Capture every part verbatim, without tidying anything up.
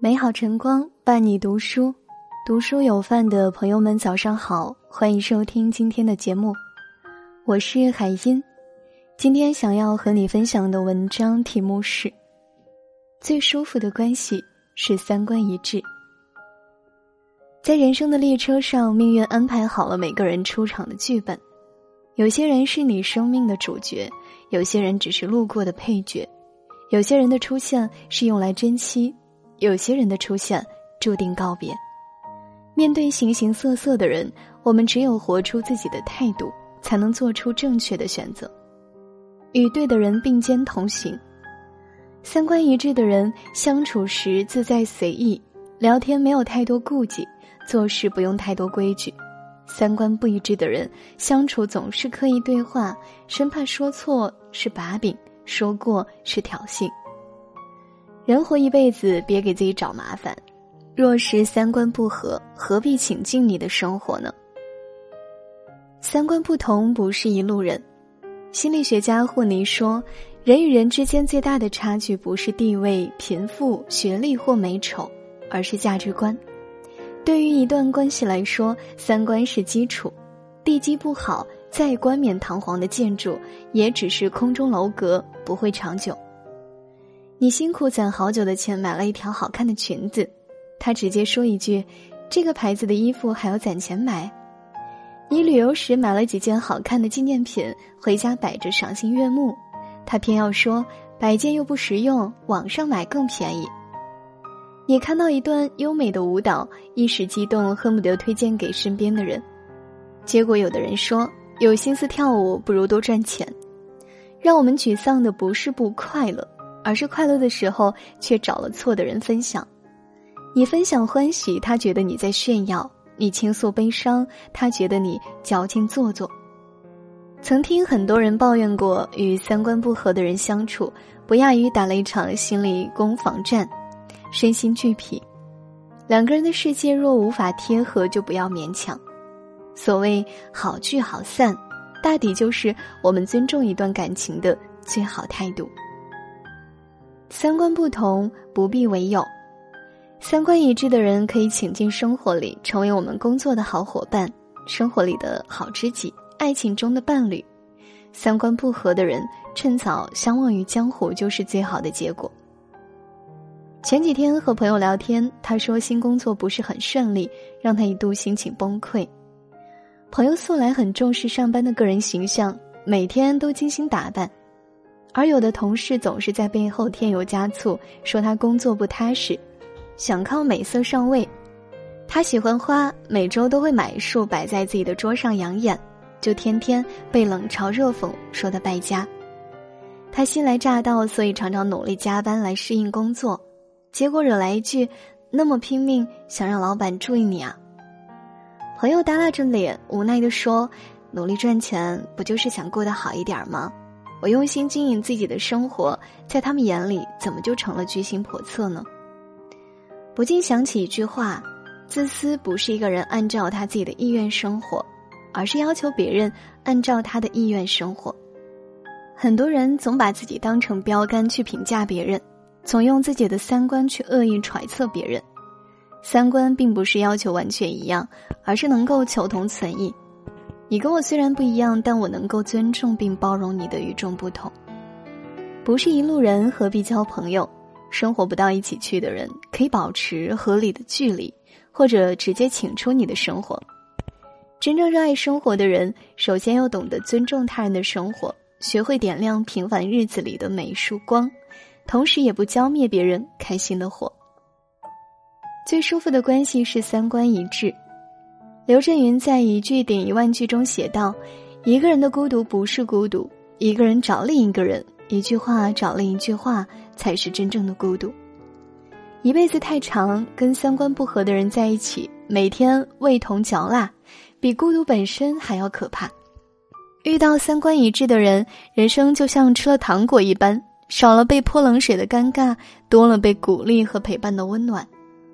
美好晨光伴你读书，读书有范的朋友们早上好，欢迎收听今天的节目，我是海音。今天想要和你分享的文章题目是最舒服的关系是三观一致。在人生的列车上，命运安排好了每个人出场的剧本，有些人是你生命的主角，有些人只是路过的配角，有些人的出现是用来珍惜，有些人的出现注定告别。面对形形色色的人，我们只有活出自己的态度，才能做出正确的选择，与对的人并肩同行。三观一致的人相处时自在随意，聊天没有太多顾忌，做事不用太多规矩。三观不一致的人相处总是刻意对话，生怕说错是把柄，说过是挑衅。人活一辈子，别给自己找麻烦，若是三观不合，何必请进你的生活呢？三观不同不是一路人。心理学家霍尼说，人与人之间最大的差距不是地位、贫富、学历或美丑，而是价值观。对于一段关系来说，三观是基础，地基不好，再冠冕堂皇的建筑也只是空中楼阁，不会长久。你辛苦攒好久的钱买了一条好看的裙子，他直接说一句，这个牌子的衣服还要攒钱买。你旅游时买了几件好看的纪念品，回家摆着赏心悦目，他偏要说摆件又不实用，网上买更便宜。你看到一段优美的舞蹈，一时激动，恨不得推荐给身边的人。结果有的人说，有心思跳舞不如多赚钱。让我们沮丧的不是不快乐，而是快乐的时候却找了错的人分享。你分享欢喜，他觉得你在炫耀；你倾诉悲伤，他觉得你矫情做作。曾听很多人抱怨过，与三观不合的人相处，不亚于打了一场心理攻防战，身心俱疲。两个人的世界若无法贴合，就不要勉强。所谓好聚好散，大抵就是我们尊重一段感情的最好态度。三观不同不必为友，三观一致的人可以请进生活里，成为我们工作的好伙伴，生活里的好知己，爱情中的伴侣。三观不合的人趁早相忘于江湖，就是最好的结果。前几天和朋友聊天，他说新工作不是很顺利，让他一度心情崩溃。朋友素来很重视上班的个人形象，每天都精心打扮，而有的同事总是在背后添油加醋，说他工作不踏实，想靠美色上位。他喜欢花，每周都会买一束摆在自己的桌上养眼，就天天被冷嘲热讽，说他败家。他新来乍到，所以常常努力加班来适应工作，结果惹来一句，那么拼命想让老板注意你啊。朋友耷拉着脸无奈地说，努力赚钱不就是想过得好一点吗？我用心经营自己的生活，在他们眼里怎么就成了居心叵测呢？不禁想起一句话，自私不是一个人按照他自己的意愿生活，而是要求别人按照他的意愿生活。很多人总把自己当成标杆去评价别人，总用自己的三观去恶意揣测别人。三观并不是要求完全一样，而是能够求同存异。你跟我虽然不一样，但我能够尊重并包容你的与众不同。不是一路人，何必交朋友？生活不到一起去的人，可以保持合理的距离，或者直接请出你的生活。真正热爱生活的人，首先要懂得尊重他人的生活，学会点亮平凡日子里的每一束光，同时也不浇灭别人开心的火。最舒服的关系是三观一致。刘震云在一句顶一万句中写道，一个人的孤独不是孤独，一个人找另一个人，一句话找另一句话，才是真正的孤独。一辈子太长，跟三观不合的人在一起，每天味同嚼蜡，比孤独本身还要可怕。遇到三观一致的人，人生就像吃了糖果一般，少了被泼冷水的尴尬，多了被鼓励和陪伴的温暖。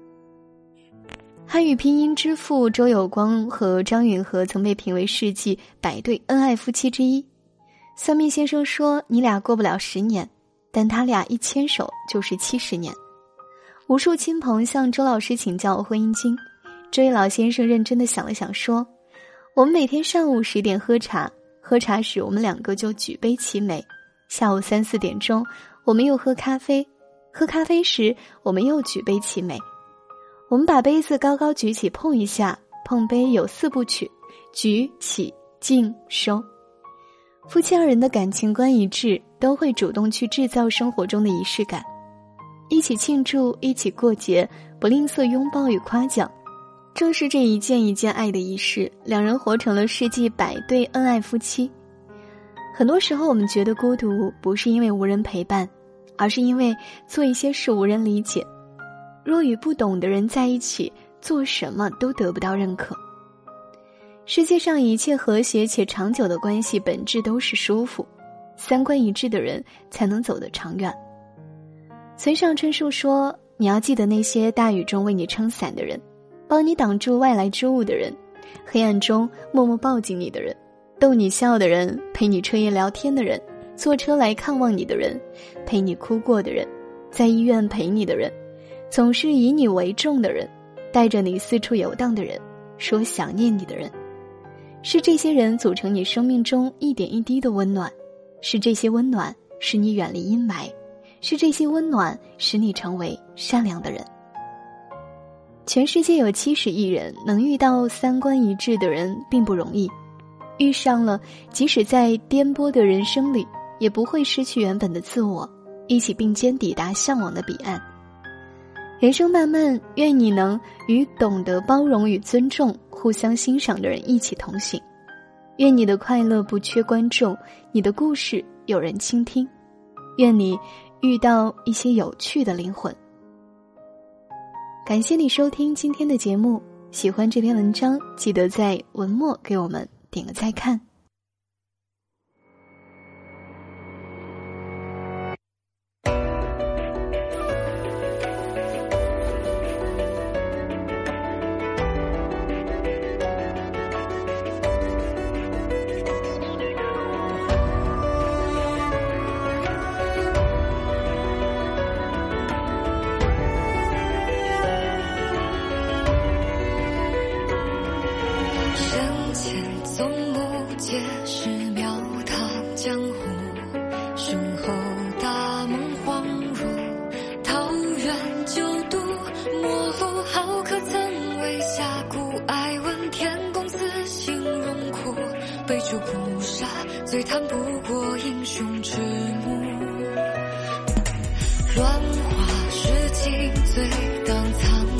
汉语拼音之父周有光和张允和曾被评为世纪百对恩爱夫妻之一。算命先生说，你俩过不了十年，但他俩一牵手就是七十年。 无数亲朋向周老师请教婚姻经，这位老先生认真地想了想说，我们每天上午十点喝茶，喝茶时我们两个就举杯齐眉，下午三四点钟我们又喝咖啡，喝咖啡时我们又举杯齐眉。我们把杯子高高举起碰一下，碰杯有四部曲，举起敬收。夫妻二人的感情观一致，都会主动去制造生活中的仪式感，一起庆祝，一起过节，不吝啬拥抱与夸奖。正是这一件一件爱的仪式，两人活成了世纪百对恩爱夫妻。很多时候我们觉得孤独，不是因为无人陪伴，而是因为做一些事无人理解。若与不懂的人在一起，做什么都得不到认可。世界上一切和谐且长久的关系本质都是舒服，三观一致的人才能走得长远。村上春树说，你要记得那些大雨中为你撑伞的人，帮你挡住外来之物的人，黑暗中默默抱紧你的人，逗你笑的人，陪你彻夜聊天的人，坐车来看望你的人，陪你哭过的人，在医院陪你的人，总是以你为重的人，带着你四处游荡的人，说想念你的人。是这些人组成你生命中一点一滴的温暖，是这些温暖使你远离阴霾，是这些温暖使你成为善良的人。全世界有七十亿人，能遇到三观一致的人并不容易，遇上了，即使在颠簸的人生里，也不会失去原本的自我，一起并肩抵达向往的彼岸。人生漫漫，愿你能与懂得包容与尊重、互相欣赏的人一起同行。愿你的快乐不缺观众，你的故事有人倾听。愿你遇到一些有趣的灵魂。感谢你收听今天的节目，喜欢这篇文章，记得在文末给我们点个再看。 皆是庙堂江湖，身后大梦恍如桃源九渡，陌路好客曾为峡谷，爱问天公私信荣枯，杯酒不杀，最谈不过英雄之墓。乱花是尽醉当苍